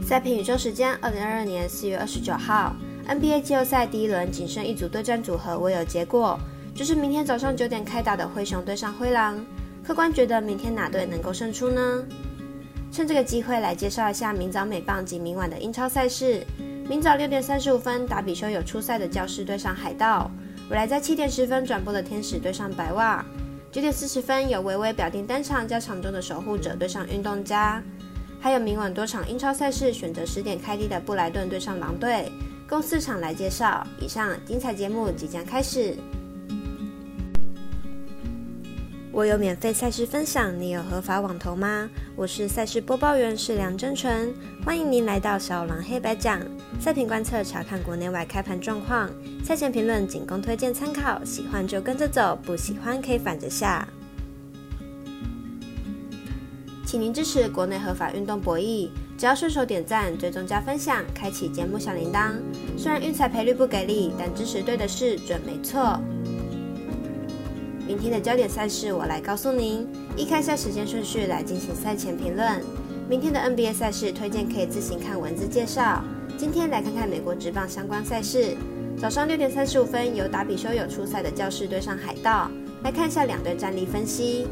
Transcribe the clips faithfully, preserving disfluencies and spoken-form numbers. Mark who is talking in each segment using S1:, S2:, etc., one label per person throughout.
S1: 赛评宇宙时间，二零二二年四月二十九号 ，N B A 季后赛第一轮仅剩一组对战组合未有结果，就是明天早上九点开打的灰熊对上灰狼。客观觉得明天哪队能够胜出呢？趁这个机会来介绍一下明早美棒及明晚的英超赛事。明早六点三十五分，达比修有出赛的教士对上海盗；未来在七点十分转播的天使对上白袜。九点四十分有微微表定单场加场中的守护者对上运动家。还有明晚多场英超赛事，选择十点开踢的布莱顿对上狼队，共四场来介绍。以上精彩节目即将开始。我有免费赛事分享，你有合法网投吗？我是赛事播报员是梁真纯，欢迎您来到小狼黑白讲。赛评观测查看国内外开盘状况，赛前评论仅供推荐参考，喜欢就跟着走，不喜欢可以反着下。请您支持国内合法运动博弈，只要顺手点赞、追踪加分享，开启节目小铃铛。虽然运彩赔率不给力，但支持对的事准没错。明天的焦点赛事我来告诉您，依开赛时间顺序来进行赛前评论。明天的 N B A 赛事推荐可以自行看文字介绍。今天来看看美国职棒相关赛事。早上六点三十五分由达比修有出赛的教士对上海盗，来看一下两队战力分析。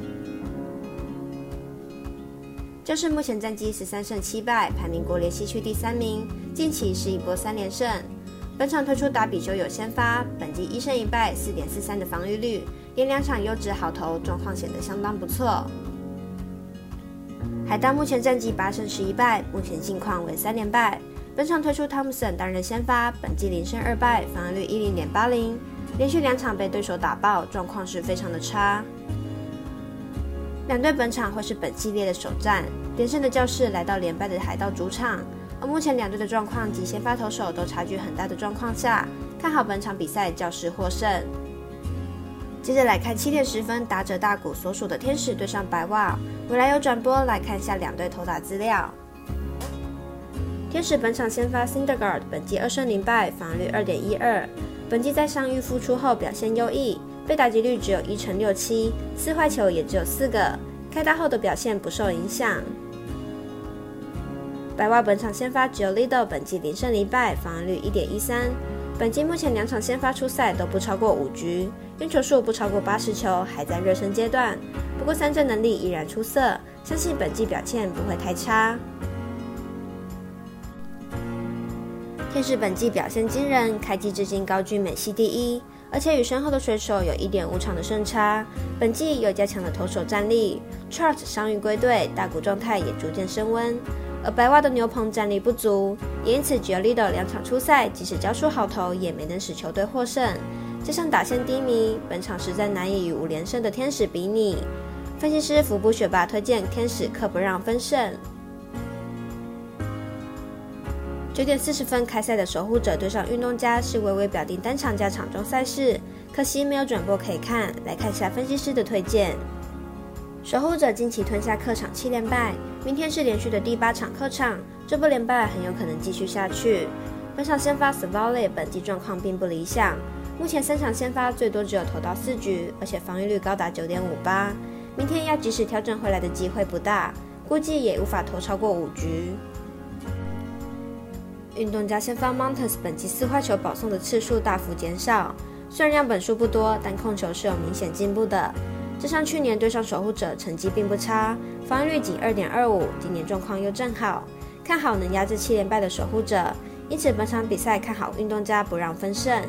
S1: 教士目前战绩十三胜七败，排名国联西区第三名，近期是一波三连胜。本场推出达比修有先发，本季一胜一败 四点四三 的防御率，连两场优质好投，状况显得相当不错。海盗目前战绩八胜十一败，目前近况为三连败。本场推出汤姆森担任先发，本季零胜二败，防御率 一零点八零，连续两场被对手打爆，状况是非常的差。两队本场会是本系列的首战，连胜的教士来到连败的海盗主场，而目前两队的状况及先发投手都差距很大的状况下，看好本场比赛教士获胜。接着来看七点十分打者大谷所属的天使对上白袜，未来有转播，来看一下两队投打资料。天使本场先发 Syndergaard 本季二胜零败，防御率 二点一二，本季在伤愈复出后表现优异，被打击率只有一成六七，四坏球也只有四个，开打后的表现不受影响。白袜本场先发 Giolito 本季零胜零败，防御率 一点一三，本季目前两场先发出赛都不超过五局，用球数不超过八十球，还在热身阶段，不过三振能力依然出色，相信本季表现不会太差。天使本季表现惊人，开季至今高居美系第一，而且与身后的水手有 一点五 场的胜差。本季又加强了投手战力 ，Trout 伤愈归队，大谷状态也逐渐升温。而白袜的牛棚战力不足，也因此 Giolito 两场出赛，即使交出好投，也没能使球队获胜。加上打线低迷，本场实在难以与五连胜的天使比拟。分析师福布学霸推荐天使客不让分胜。九点四十分开赛的守护者对上运动家是微微表定单场加场中赛事，可惜没有转播可以看，来看一下分析师的推荐。守护者近期吞下客场七连败，明天是连续的第八场客场，这波连败很有可能继续下去。本场先发 Savale 本季状况并不理想，目前三场先发最多只有投到四局，而且防御率高达 九点五八， 明天要及时调整回来的机会不大，估计也无法投超过五局。运动家先发 Montes 本季四坏球保送的次数大幅减少，虽然样本数不多，但控球是有明显进步的。加上去年对上守护者成绩并不差，防御率仅 二点二五， 今年状况又正好，看好能压制七连败的守护者，因此本场比赛看好运动家不让分胜。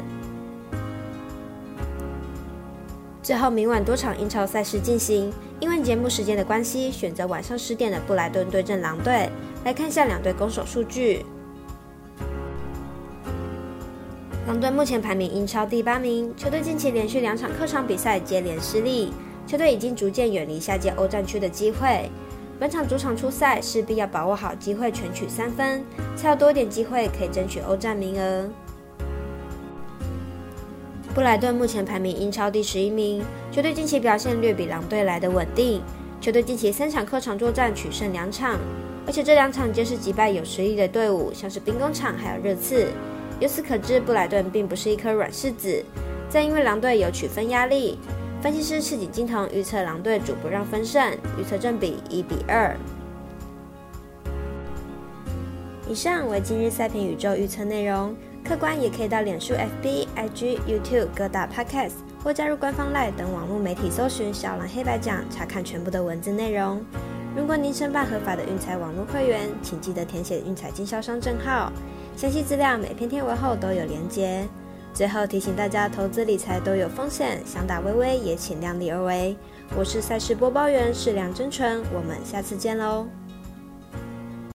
S1: 最后明晚多场英超赛事进行，因为节目时间的关系，选择晚上十点的布莱顿对阵狼队，来看一下两队攻守数据。狼队目前排名英超第八名，球队近期连续两场客场比赛接连失利，球队已经逐渐远离下届欧战区的机会。本场主场出赛，势必要把握好机会，全取三分，才有多点机会可以争取欧战名额。布莱顿目前排名英超第十一名，球队近期表现略比狼队来的稳定，球队近期三场客场作战取胜两场，而且这两场皆是击败有实力的队伍，像是兵工厂还有热刺。由此可知，布莱顿并不是一颗软柿子。再因为狼队有取分压力，分析师赤井金童预测狼队主不让分胜，预测正比一比二。 以上为今日赛评宇宙预测内容，客观也可以到脸书 F B、I G、YouTube 各大 Podcast 或加入官方 LINE 等网络媒体搜寻小蓝黑白讲，查看全部的文字内容。如果您申办合法的运彩网络会员，请记得填写运彩经销商证号，详细资料每篇贴文后都有连结。最后提醒大家，投资理财都有风险，想打微微也请量力而为。我是赛事播报员是梁真纯，我们下次见喽。